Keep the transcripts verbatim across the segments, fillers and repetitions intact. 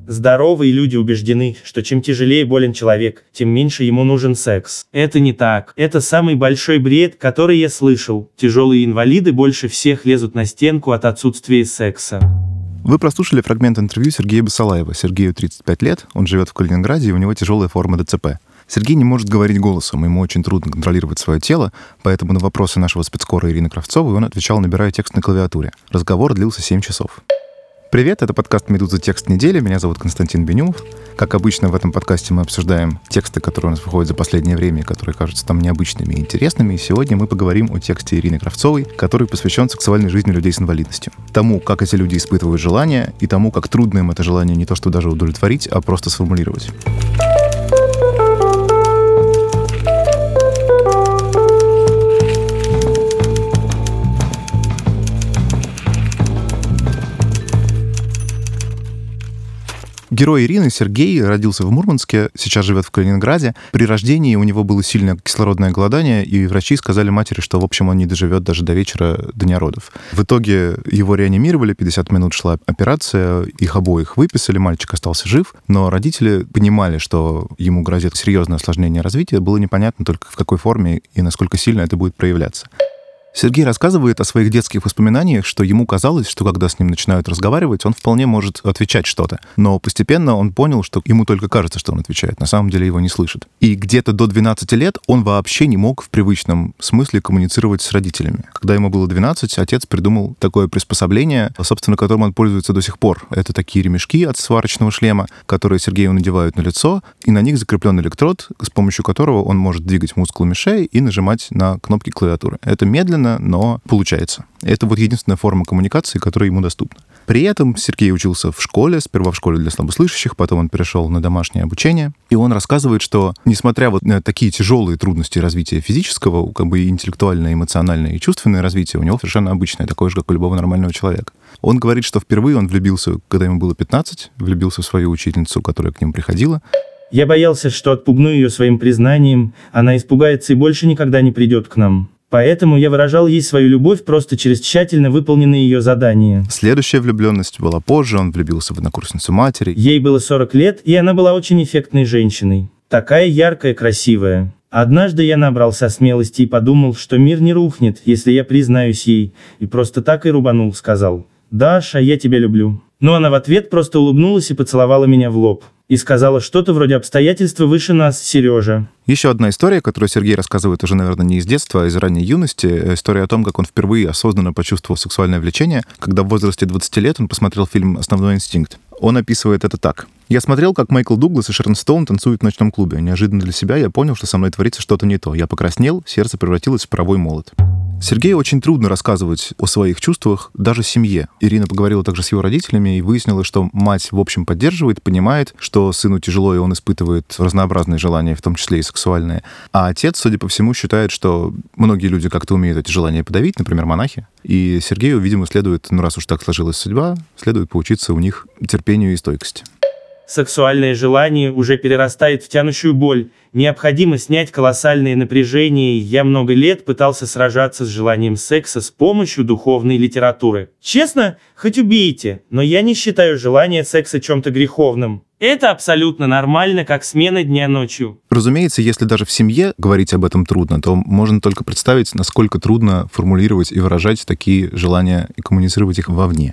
Здоровые люди убеждены, что чем тяжелее болен человек, тем меньше ему нужен секс. Это не так. Это самый большой бред, который я слышал. Тяжелые инвалиды больше всех лезут на стенку от отсутствия секса. Вы прослушали фрагмент интервью Сергея Басалаева. Сергею тридцать пять лет, он живет в Калининграде, и у него тяжелая форма ДЦП. Сергей не может говорить голосом, ему очень трудно контролировать свое тело, поэтому на вопросы нашего спецкора Ирины Кравцовой он отвечал, набирая текст на клавиатуре. Разговор длился семь часов. Привет, это подкаст «Медуза. Текст недели». Меня зовут Константин Бенюмов. Как обычно, в этом подкасте мы обсуждаем тексты, которые у нас выходят за последнее время, которые кажутся там необычными и интересными. И сегодня мы поговорим о тексте Ирины Кравцовой, который посвящен сексуальной жизни людей с инвалидностью. Тому, как эти люди испытывают желание, и тому, как трудно им это желание не то что даже удовлетворить, а просто сформулировать. Герой Ирины, Сергей, родился в Мурманске, сейчас живет в Калининграде. При рождении у него было сильное кислородное голодание, и врачи сказали матери, что, в общем, он не доживет даже до вечера, до дня родов. В итоге его реанимировали, пятьдесят минут шла операция, их обоих выписали, мальчик остался жив, но родители понимали, что ему грозит серьезное осложнение развития, было непонятно только в какой форме и насколько сильно это будет проявляться. Сергей рассказывает о своих детских воспоминаниях, что ему казалось, что когда с ним начинают разговаривать, он вполне может отвечать что-то. Но постепенно он понял, что ему только кажется, что он отвечает, на самом деле его не слышит. И где-то до двенадцати лет он вообще не мог в привычном смысле коммуницировать с родителями. Когда ему было двенадцать, отец придумал такое приспособление, собственно, которым он пользуется до сих пор. Это такие ремешки от сварочного шлема, которые Сергею надевают на лицо, и на них закреплен электрод, с помощью которого он может двигать мускулами шеи и нажимать на кнопки клавиатуры. Это медленно, но получается. Это вот единственная форма коммуникации, которая ему доступна. При этом Сергей учился в школе, сперва в школе для слабослышащих, потом он перешел на домашнее обучение, и он рассказывает, что, несмотря вот на такие тяжелые трудности развития физического, как бы интеллектуальное, эмоциональное и чувственное развитие у него совершенно обычное, такое же, как у любого нормального человека. Он говорит, что впервые он влюбился, когда ему было пятнадцать, влюбился в свою учительницу, которая к ним приходила. Я боялся, что отпугну ее своим признанием, она испугается и больше никогда не придет к нам. Поэтому я выражал ей свою любовь просто через тщательно выполненные ее задания. Следующая влюбленность была позже, он влюбился в однокурсницу матери. Ей было сорок лет, и она была очень эффектной женщиной. Такая яркая, красивая. Однажды я набрался смелости и подумал, что мир не рухнет, если я признаюсь ей, и просто так и рубанул, сказал: «Даша, я тебя люблю». Но она в ответ просто улыбнулась и поцеловала меня в лоб. И сказала что-то вроде «обстоятельства выше нас, Сережа». Еще одна история, которую Сергей рассказывает уже, наверное, не из детства, а из ранней юности. История о том, как он впервые осознанно почувствовал сексуальное влечение, когда в возрасте двадцати лет он посмотрел фильм «Основной инстинкт». Он описывает это так. «Я смотрел, как Майкл Дуглас и Шерон Стоун танцуют в ночном клубе. Неожиданно для себя я понял, что со мной творится что-то не то. Я покраснел, сердце превратилось в паровой молот». Сергею очень трудно рассказывать о своих чувствах даже семье. Ирина поговорила также с его родителями и выяснила, что мать, в общем, поддерживает, понимает, что сыну тяжело, и он испытывает разнообразные желания, в том числе и сексуальные. А отец, судя по всему, считает, что многие люди как-то умеют эти желания подавить, например, монахи. И Сергею, видимо, следует, ну раз уж так сложилась судьба, следует поучиться у них терпению и стойкости. Сексуальное желание уже перерастает в тянущую боль. Необходимо снять колоссальное напряжение, и я много лет пытался сражаться с желанием секса с помощью духовной литературы. Честно, хоть убейте, но я не считаю желание секса чем-то греховным. Это абсолютно нормально, как смена дня ночью. Разумеется, если даже в семье говорить об этом трудно, то можно только представить, насколько трудно формулировать и выражать такие желания и коммуницировать их вовне.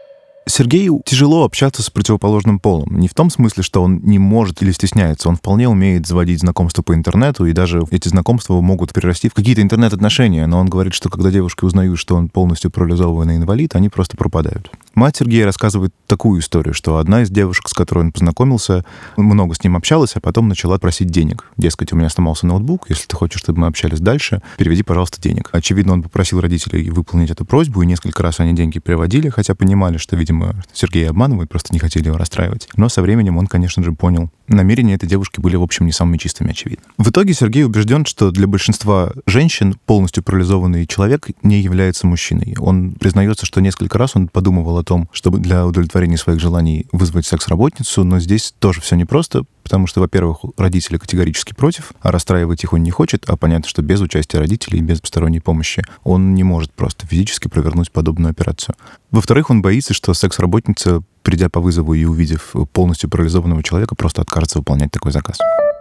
Сергею тяжело общаться с противоположным полом. Не в том смысле, что он не может или стесняется. Он вполне умеет заводить знакомства по интернету, и даже эти знакомства могут перерасти в какие-то интернет-отношения. Но он говорит, что когда девушки узнают, что он полностью парализованный инвалид, они просто пропадают. Мать Сергея рассказывает такую историю, что одна из девушек, с которой он познакомился, много с ним общалась, а потом начала просить денег. Дескать, у меня сломался ноутбук, если ты хочешь, чтобы мы общались дальше, переведи, пожалуйста, денег. Очевидно, он попросил родителей выполнить эту просьбу, и несколько раз они деньги переводили, хотя понимали, что, видимо, Сергея обманывают, просто не хотели его расстраивать. Но со временем он, конечно же, понял, намерения этой девушки были, в общем, не самыми чистыми, очевидно. В итоге Сергей убежден, что для большинства женщин полностью парализованный человек не является мужчиной. Он признается, что несколько раз он подумывал о том, чтобы для удовлетворения своих желаний вызвать секс-работницу, но здесь тоже все непросто, потому что, во-первых, родители категорически против, а расстраивать их он не хочет, а понятно, что без участия родителей и без посторонней помощи он не может просто физически провернуть подобную операцию. Во-вторых, он боится, что секс-работница придя по вызову и увидев полностью парализованного человека, просто откажется выполнять такой заказ.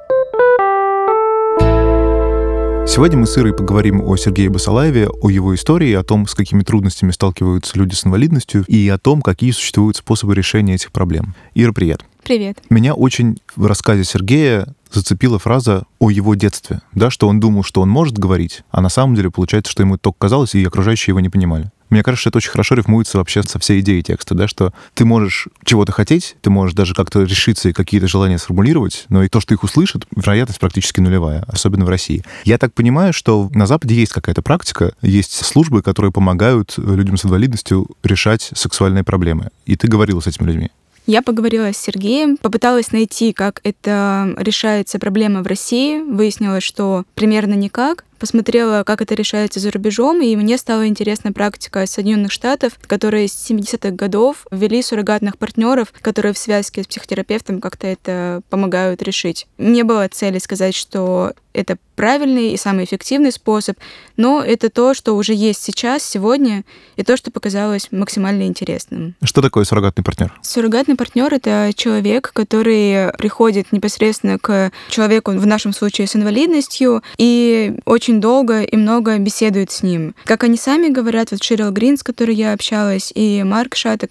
Сегодня мы с Ирой поговорим о Сергее Басалаеве, о его истории, о том, с какими трудностями сталкиваются люди с инвалидностью, и о том, какие существуют способы решения этих проблем. Ира, привет. Привет. Меня очень в рассказе Сергея зацепила фраза о его детстве, да, что он думал, что он может говорить, а на самом деле получается, что ему только казалось, и окружающие его не понимали. Мне кажется, что это очень хорошо рифмуется вообще со всей идеей текста, да, что ты можешь чего-то хотеть, ты можешь даже как-то решиться и какие-то желания сформулировать, но и то, что их услышат, вероятность практически нулевая, особенно в России. Я так понимаю, что на Западе есть какая-то практика, есть службы, которые помогают людям с инвалидностью решать сексуальные проблемы. И ты говорила с этими людьми. Я поговорила с Сергеем, попыталась найти, как это решается проблема в России, выяснила, что примерно никак. Посмотрела, как это решается за рубежом, и мне стала интересна практика Соединенных Штатов, которые с семидесятых годов ввели суррогатных партнеров, которые в связке с психотерапевтом как-то это помогают решить. Не было цели сказать, что это правильный и самый эффективный способ, но это то, что уже есть сейчас, сегодня, и то, что показалось максимально интересным. Что такое суррогатный партнер? Суррогатный партнер — это человек, который приходит непосредственно к человеку, в нашем случае с инвалидностью, и очень очень долго и много беседует с ним. Как они сами говорят, вот Шерил Грин, с которой я общалась, и Марк Шатек,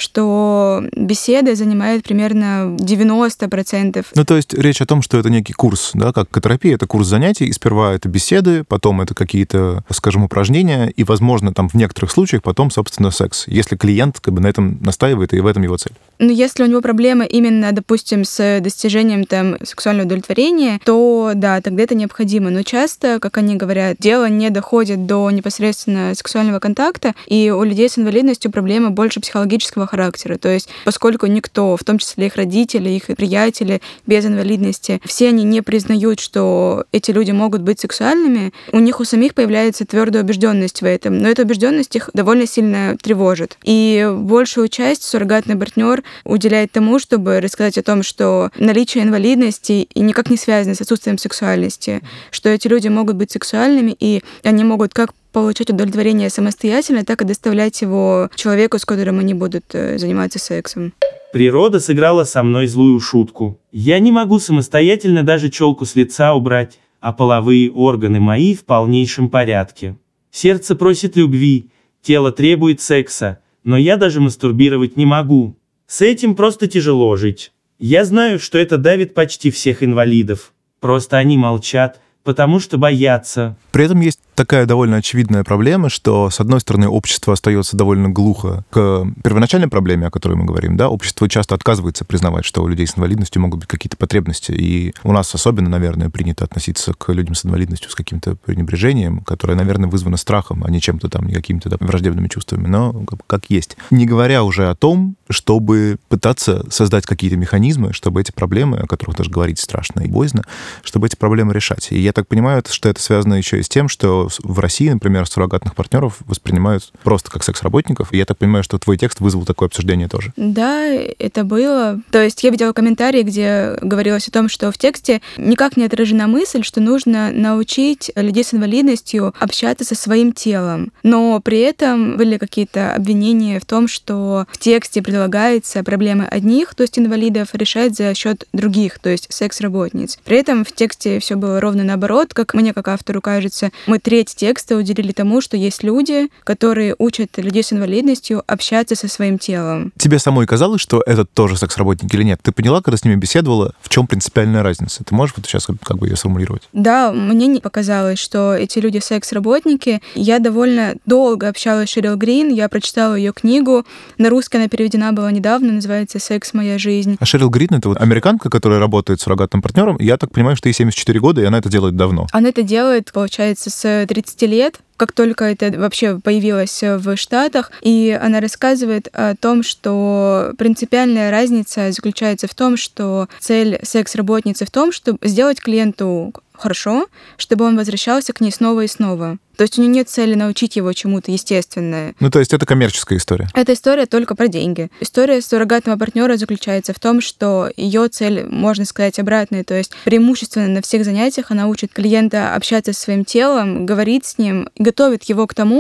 что беседа занимает примерно девяносто процентов. Ну, то есть речь о том, что это некий курс, да, как терапия, это курс занятий, и сперва это беседы, потом это какие-то, скажем, упражнения, и, возможно, там в некоторых случаях потом, собственно, секс, если клиент как бы на этом настаивает, и в этом его цель. Ну, если у него проблема именно, допустим, с достижением там сексуального удовлетворения, то да, тогда это необходимо. Но часто, как они говорят, дело не доходит до непосредственно сексуального контакта, и у людей с инвалидностью проблема больше психологического характера. То есть, поскольку никто, в том числе их родители, их приятели без инвалидности, все они не признают, что эти люди могут быть сексуальными, у них у самих появляется твердая убежденность в этом. Но эта убежденность их довольно сильно тревожит. И большую часть суррогатный партнер уделяет тому, чтобы рассказать о том, что наличие инвалидности и никак не связано с отсутствием сексуальности, что эти люди могут быть сексуальными, и они могут как получать удовлетворение самостоятельно, так и доставлять его человеку, с которым они будут заниматься сексом. Природа сыграла со мной злую шутку. Я не могу самостоятельно даже челку с лица убрать, а половые органы мои в полнейшем порядке. Сердце просит любви, тело требует секса, но я даже мастурбировать не могу. С этим просто тяжело жить. Я знаю, что это давит почти всех инвалидов. Просто они молчат, потому что боятся. При этом есть такая довольно очевидная проблема, что, с одной стороны, общество остается довольно глухо к первоначальной проблеме, о которой мы говорим, да, общество часто отказывается признавать, что у людей с инвалидностью могут быть какие-то потребности, и у нас особенно, наверное, принято относиться к людям с инвалидностью с каким-то пренебрежением, которое, наверное, вызвано страхом, а не чем-то там, не какими-то да, враждебными чувствами, но как есть. Не говоря уже о том, чтобы пытаться создать какие-то механизмы, чтобы эти проблемы, о которых даже говорить страшно и боязно, чтобы эти проблемы решать. И я так понимаю, что это связано еще и с тем, что в России, например, суррогатных партнеров воспринимают просто как секс-работников. И я так понимаю, что твой текст вызвал такое обсуждение тоже. Да, это было. То есть я видела комментарии, где говорилось о том, что в тексте никак не отражена мысль, что нужно научить людей с инвалидностью общаться со своим телом. Но при этом были какие-то обвинения в том, что в тексте предлагается проблемы одних, то есть инвалидов, решать за счет других, то есть секс-работниц. При этом в тексте все было ровно наоборот. Как мне, как автору, кажется, мы треть текста уделили тому, что есть люди, которые учат людей с инвалидностью общаться со своим телом. Тебе самой казалось, что это тоже секс-работники или нет? Ты поняла, когда с ними беседовала, в чем принципиальная разница? Ты можешь вот сейчас как бы ее сформулировать? Да, мне не показалось, что эти люди секс-работники. Я довольно долго общалась с Шерил Грин, я прочитала ее книгу. На русский она переведена была недавно, называется «Секс. Моя жизнь». А Шерил Грин — это вот американка, которая работает с суррогатным партнером. Я так понимаю, что ей семьдесят четыре года, и она это делает давно. Она это делает, получается, с тридцати лет, как только это вообще появилось в Штатах, и она рассказывает о том, что принципиальная разница заключается в том, что цель секс-работницы в том, чтобы сделать клиенту хорошо, чтобы он возвращался к ней снова и снова. То есть у нее нет цели научить его чему-то естественное. Ну, то есть это коммерческая история? Это история только про деньги. История суррогатного партнера заключается в том, что ее цель, можно сказать, обратная. То есть преимущественно на всех занятиях она учит клиента общаться со своим телом, говорить с ним, готовит его к тому,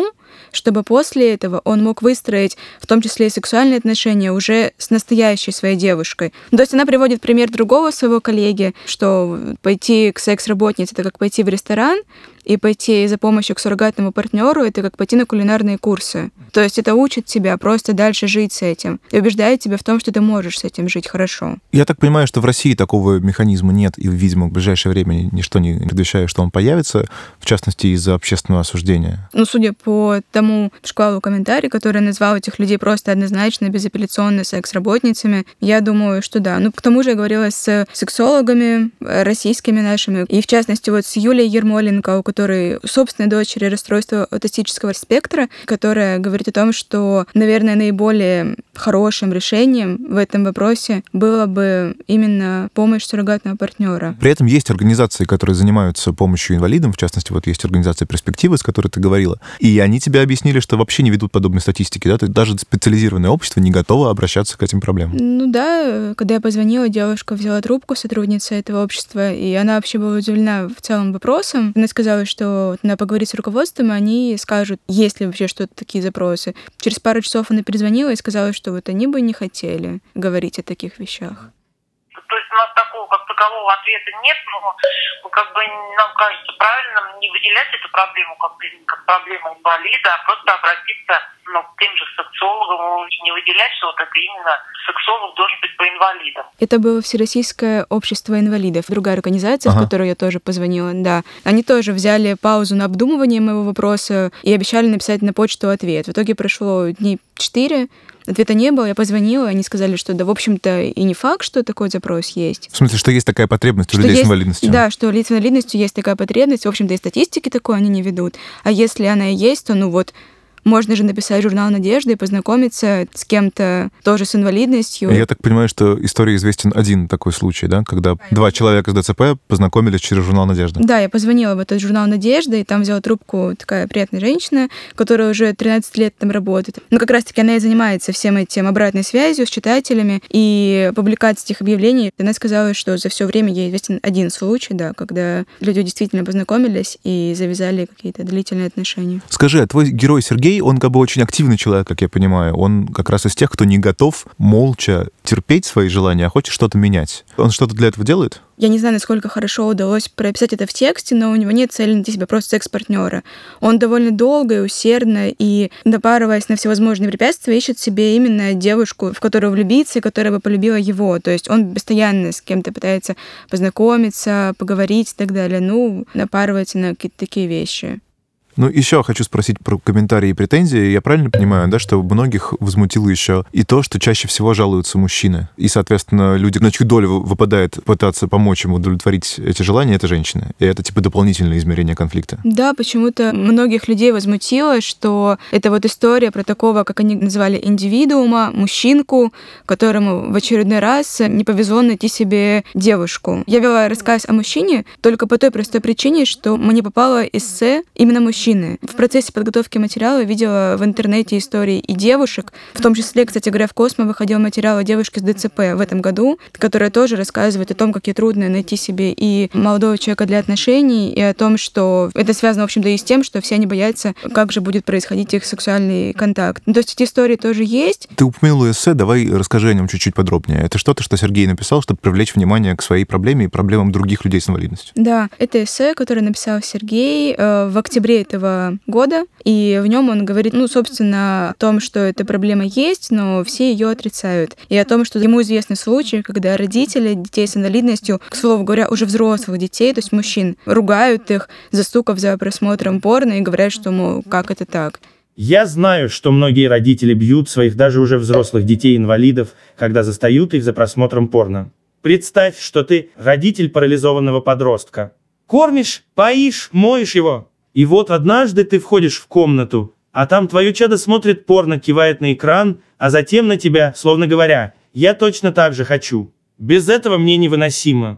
чтобы после этого он мог выстроить в том числе и сексуальные отношения уже с настоящей своей девушкой. То есть она приводит пример другого своего коллеги, что пойти к секс-работнице — это как пойти в ресторан, и пойти за помощью к суррогатному партнеру — это как пойти на кулинарные курсы. То есть это учит тебя просто дальше жить с этим и убеждает тебя в том, что ты можешь с этим жить хорошо. Я так понимаю, что в России такого механизма нет, и, видимо, в ближайшее время ничто не предвещает, что он появится, в частности, из-за общественного осуждения. Ну, судя по тому шквалу комментариев, который назвал этих людей просто однозначно, безапелляционно секс-работницами, я думаю, что да. Ну, к тому же я говорила с сексологами российскими нашими, и в частности вот с Юлией Ермоленко, у которой собственной дочери расстройство аутистического спектра, которая говорит о том, что, наверное, наиболее хорошим решением в этом вопросе было бы именно помощь суррогатного партнера. При этом есть организации, которые занимаются помощью инвалидам, в частности, вот есть организация «Перспективы», с которой ты говорила, и они тебе объяснили, что вообще не ведут подобной статистики, да? То есть даже специализированное общество не готово обращаться к этим проблемам. Ну да, когда я позвонила, девушка взяла трубку, сотрудница этого общества, и она вообще была удивлена в целом вопросом. Она сказала, что надо поговорить с руководством, и они скажут, есть ли вообще что-то такие запросы. Через пару часов она перезвонила и сказала, что вот они бы не хотели говорить о таких вещах. То есть у нас такого как такового ответа нет, но как бы нам кажется правильным не выделять эту проблему как, как проблему инвалида, а просто обратиться ну, к тем же сексологам и не выделять, что вот это именно сексолог должен быть по инвалидам. Это было Всероссийское общество инвалидов, другая организация, ага. в которую я тоже позвонила, да. Они тоже взяли паузу на обдумывание моего вопроса и обещали написать на почту ответ. В итоге прошло дней четыре, ответа не было, я позвонила, они сказали, что да, в общем-то, и не факт, что такой запрос есть. В смысле, что есть такая потребность у людей есть, с инвалидностью? Да, что у людей с инвалидностью есть такая потребность, в общем-то, и статистики такой они не ведут. А если она и есть, то, ну вот, можно же написать журнал «Надежда» и познакомиться с кем-то тоже с инвалидностью. Я так понимаю, что истории известен один такой случай, да, когда два человека с ДЦП познакомились через журнал «Надежда». Да, я позвонила в этот журнал «Надежда», и там взяла трубку такая приятная женщина, которая уже тринадцать лет там работает. Но как раз-таки она и занимается всем этим обратной связью с читателями и публикацией этих объявлений. Она сказала, что за все время ей известен один случай, да, когда люди действительно познакомились и завязали какие-то длительные отношения. Скажи, а твой герой Сергей, он как бы очень активный человек, как я понимаю. Он как раз из тех, кто не готов молча терпеть свои желания, а хочет что-то менять. Он что-то для этого делает? Я не знаю, насколько хорошо удалось прописать это в тексте, но у него нет цели найти себе просто секс-партнера. Он довольно долго и усердно, и напарываясь на всевозможные препятствия, ищет себе именно девушку, в которую влюбиться, и которая бы полюбила его. То есть он постоянно с кем-то пытается познакомиться, поговорить и так далее. Ну, напарывается на какие-то такие вещи. Ну, еще хочу спросить про комментарии и претензии. Я правильно понимаю, да, что многих возмутило еще и то, что чаще всего жалуются мужчины. И, соответственно, люди, на чью долю выпадает пытаться помочь им удовлетворить эти желания, это женщины. И это, типа, дополнительное измерение конфликта. Да, почему-то многих людей возмутило, что это вот история про такого, как они называли, индивидуума, мужчинку, которому в очередной раз не повезло найти себе девушку. Я вела рассказ о мужчине только по той простой причине, что мне попало эссе именно мужчины. В процессе подготовки материала видела в интернете истории и девушек, в том числе, кстати говоря, в Космо выходил материал о девушке с ДЦП в этом году, которая тоже рассказывает о том, как ей трудно найти себе и молодого человека для отношений, и о том, что это связано, в общем-то, и с тем, что все они боятся, как же будет происходить их сексуальный контакт. Ну, то есть эти истории тоже есть. Ты упомянула эссе, давай расскажи о нем чуть-чуть подробнее. Это что-то, что Сергей написал, чтобы привлечь внимание к своей проблеме и проблемам других людей с инвалидностью? Да, это эссе, которое написал Сергей э, в октябре этого года, и в нем он говорит, ну, собственно, о том, что эта проблема есть, но все ее отрицают. И о том, что ему известны случаи, когда родители детей с инвалидностью, к слову говоря, уже взрослых детей, то есть мужчин, ругают их, застукав за просмотром порно и говорят, что, мол, как это так? Я знаю, что многие родители бьют своих даже уже взрослых детей-инвалидов, когда застают их за просмотром порно. Представь, что ты родитель парализованного подростка. Кормишь, поишь, моешь его. И вот однажды ты входишь в комнату, а там твое чадо смотрит порно, кивает на экран, а затем на тебя, словно говоря, «Я точно так же хочу». Без этого мне невыносимо.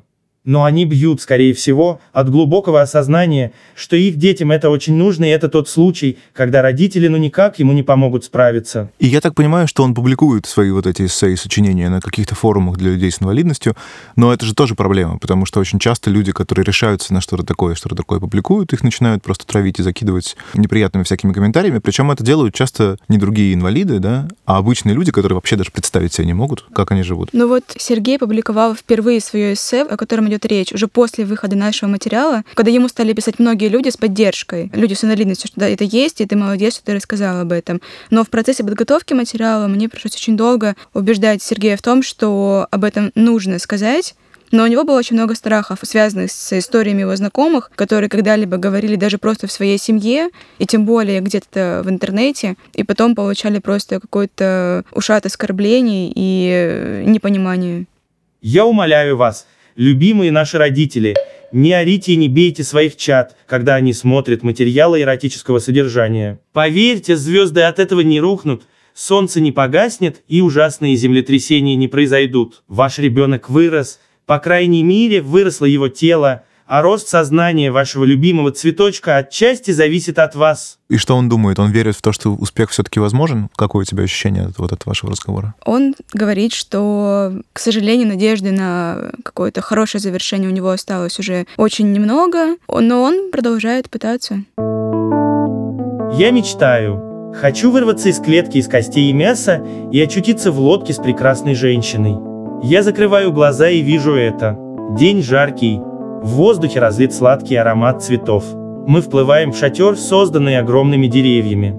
Но они бьют, скорее всего, от глубокого осознания, что их детям это очень нужно, и это тот случай, когда родители ну никак ему не помогут справиться. И я так понимаю, что он публикует свои вот эти эссе и сочинения на каких-то форумах для людей с инвалидностью, но это же тоже проблема, потому что очень часто люди, которые решаются на что-то такое, что-то такое публикуют, их начинают просто травить и закидывать неприятными всякими комментариями, причем это делают часто не другие инвалиды, да, а обычные люди, которые вообще даже представить себе не могут, как они живут. Ну вот Сергей публиковал впервые свое эссе, о котором идет речь, уже после выхода нашего материала, когда ему стали писать многие люди с поддержкой, люди с инвалидностью, что да, это есть, и ты молодец, что ты рассказал об этом. Но в процессе подготовки материала мне пришлось очень долго убеждать Сергея в том, что об этом нужно сказать, но у него было очень много страхов, связанных с историями его знакомых, которые когда-либо говорили даже просто в своей семье, и тем более где-то в интернете, и потом получали просто какой-то ушат оскорблений и непонимания. Я умоляю вас, любимые наши родители, не орите и не бейте своих чад, когда они смотрят материалы эротического содержания. Поверьте, звезды от этого не рухнут, солнце не погаснет и ужасные землетрясения не произойдут. Ваш ребенок вырос, по крайней мере, выросло его тело, а рост сознания вашего любимого цветочка отчасти зависит от вас. И что он думает? Он верит в то, что успех все-таки возможен? Какое у тебя ощущение от, вот, от вашего разговора? Он говорит, что, к сожалению, надежды на какое-то хорошее завершение у него осталось уже очень немного, но он продолжает пытаться. Я мечтаю. Хочу вырваться из клетки из костей и мяса и очутиться в лодке с прекрасной женщиной. Я закрываю глаза и вижу это. День жаркий. В воздухе разлит сладкий аромат цветов. Мы вплываем в шатер, созданный огромными деревьями.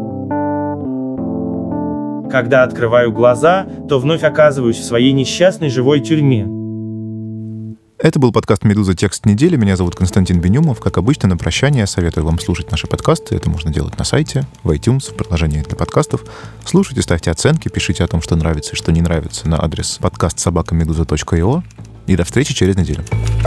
Когда открываю глаза, то вновь оказываюсь в своей несчастной живой тюрьме. Это был подкаст «Медуза. Текст недели». Меня зовут Константин Бенюмов. Как обычно, на прощание советую вам слушать наши подкасты. Это можно делать на сайте, в iTunes, в приложении для подкастов. Слушайте, ставьте оценки, пишите о том, что нравится и что не нравится на адрес подкаст собака медуза точка ай о. И до встречи через неделю.